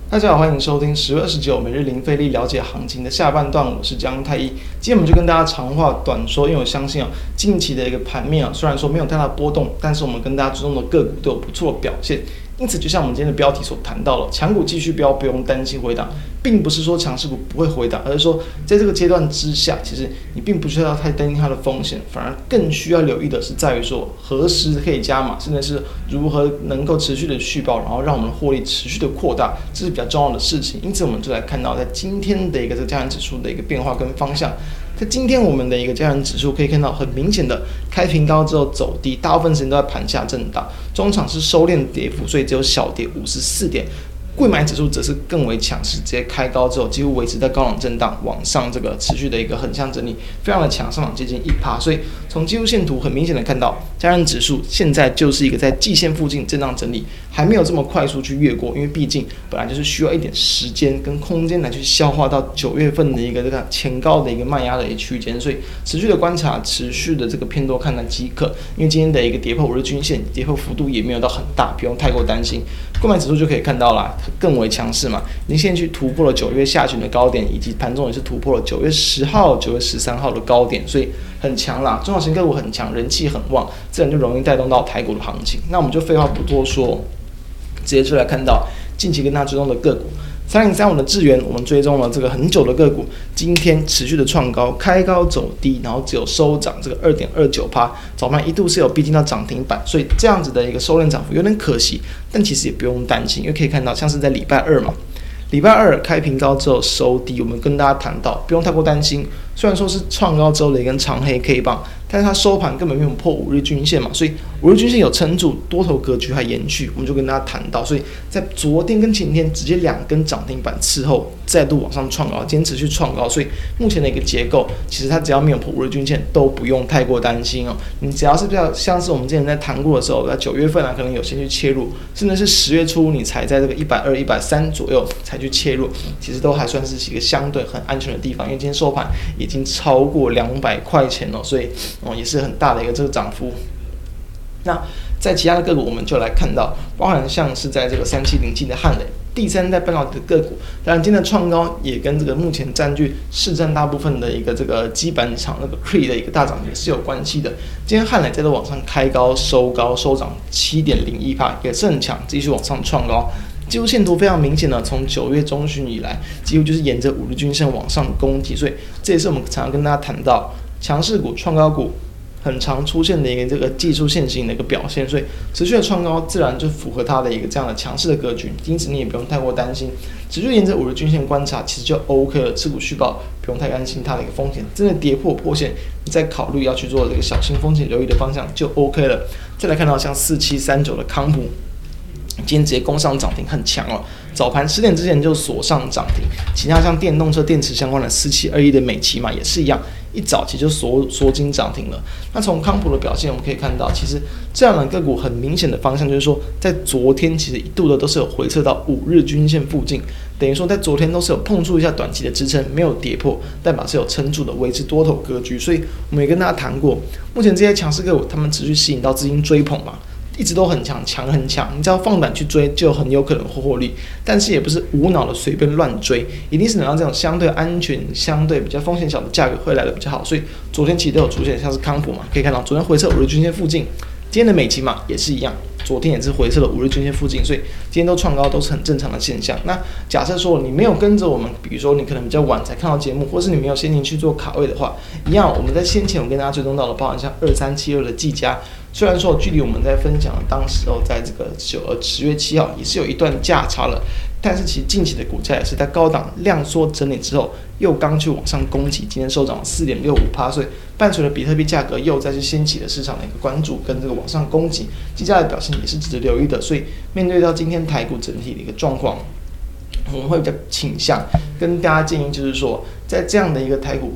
大家好，欢迎收听10月29每日零费力了解行情的下半段，我是江太一。今天我们就跟大家长话短说，因为我相信近期的一个盘面虽然说没有太大波动，但是我们跟大家追踪的个股都有不错的表现。因此，就像我们今天的标题所谈到了，强股继续飙，不用担心回档，并不是说强势股不会回档，而是说在这个阶段之下，其实你并不需要太担心它的风险，反而更需要留意的是在于说何时可以加码，甚至是如何能够持续的续报，然后让我们的获利持续的扩大，这是比较重要的事情。因此，我们就来看到在今天的一个这个加权指数的一个变化跟方向。在今天我们的一个加权指数可以看到很明显的开平高之后走低，大部分时间都在盘下震荡，中场是收敛跌幅，所以只有小跌54点。贵买指数则是更为强势，直接开高之后几乎维持在高档震荡，往上这个持续的一个横向整理，非常的强，上涨接近1%。所以从技术线图很明显的看到，加权指数现在就是一个在季线附近震荡整理，还没有这么快速去越过，因为毕竟本来就是需要一点时间跟空间来去消化到9月份的一个这个前高的一个卖压的一个区间，所以持续的观察，持续的这个偏多看看即可。因为今天的一个跌破5日均线，跌破幅度也没有到很大，不用太过担心。购买指数就可以看到啦，更为强势嘛，已经先去突破了9月下旬的高点，以及盘中也是突破了9月10号、9月13号的高点，所以很强啦。中小型个股很强，人气很旺，自然就容易带动到台股的行情。那我们就废话不多说，直接就来看到近期跟大家追踪的个股。3035的智原，我们追踪了这个很久的个股，今天持续的创高，开高走低，然后只有收涨这个 2.29%， 早盘一度是有逼近到涨停板，所以这样子的一个收敛涨幅有点可惜，但其实也不用担心，因为可以看到像是在礼拜二嘛，礼拜二开平高之后收低，我们跟大家谈到不用太过担心，虽然说是创高之后的一根长黑 K 棒，但是它收盘根本没有破5日均线嘛，所以5日均线有撑住，多头格局还延续，我们就跟大家谈到，所以在昨天跟前天直接2根涨停板伺候，再度往上创高，今天持续创高，所以目前的一个结构，其实它只要没有破5日均线，都不用太过担心哦。你只要是比较像是我们之前在谈过的时候，在9月份可能有先去切入，甚至是10月初你才在这个120、130左右才去切入，其实都还算是一个相对很安全的地方，因为今天收盘已经超过200块钱了，所以也是很大的一个这个涨幅。那在其他的个股，我们就来看到，包含像是在这个3707的汉磊，第三代半导体的个股，当然今天的创高也跟这个目前占据市占大部分的一个这个基板厂那个 Cree 的一个大涨也是有关系的。今天汉磊在这往上开高收高，收涨 7.01%， 也是很强，继续往上创高。技术线图非常明显的，从9月中旬以来，几乎就是沿着5日均线往上攻击，所以这也是我们常常跟大家谈到强势股、创高股很常出现的一个这个技术线型的一个表现，所以持续的创高自然就符合它的一个这样的强势的格局，因此你也不用太过担心，持续沿着5日均线观察，其实就 OK 了，持股续报不用太担心它的一个风险，真的跌破破线，你再考虑要去做这个小心风险留意的方向就 OK 了。再来看到像4739的康普，今天直接攻上涨停，很强哦。早盘10点之前就锁上涨停，其他像电动车电池相关的4721的美骑嘛也是一样，一早期就锁紧涨停了。那从康普的表现，我们可以看到，其实这样的个股很明显的方向就是说，在昨天其实一度的都是有回撤到5日均线附近，等于说在昨天都是有碰触一下短期的支撑，没有跌破，代表是有撑住的，维持多头格局。所以我们也跟大家谈过，目前这些强势个股，他们持续吸引到资金追捧嘛。一直都很强，很强，你只要放胆去追，就很有可能获利。但是也不是无脑的随便乱追，一定是等到这种相对安全、相对比较风险小的价格会来的比较好。所以昨天其实都有出现，像是康普嘛，可以看到昨天回撤5日均线附近，今天的美骑嘛也是一样，昨天也是回撤了5日均线附近，所以今天都创高都是很正常的现象。那假设说你没有跟着我们，比如说你可能比较晚才看到节目，或是你没有先前去做卡位的话，一样我们在先前我跟大家追踪到的，包含像2372的技嘉。虽然说距离我们在分享的当时在这个10月7号也是有一段价差了，但是其实近期的股价也是在高档量缩整理之后，又刚去往上攻击，今天收涨了 4.65%， 所以伴随着比特币价格又再去掀起了市场的一个关注，跟这个往上攻击，技嘉的表现也是值得留意的。所以面对到今天台股整体的一个状况，我们会比较倾向跟大家建议，就是说在这样的一个台股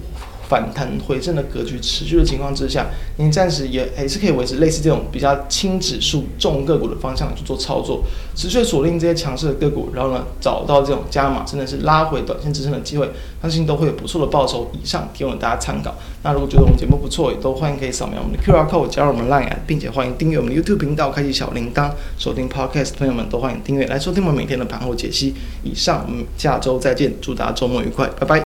反弹回正的格局持续的情况之下，您暂时也还是可以维持类似这种比较轻指数重个股的方向去做操作，持续锁定这些强势的个股，然后呢找到这种加码真的是拉回短线支撑的机会，相信都会有不错的报酬。以上提供给大家参考。那如果觉得我们节目不错，也都欢迎可以扫描我们的 QR code 加入我们 LINE， 并且欢迎订阅我们的 YouTube 频道，开启小铃铛，收听 Podcast 的朋友们都欢迎订阅来收听我们每天的盘后解析。以上，我们下周再见，祝大家周末愉快，拜拜。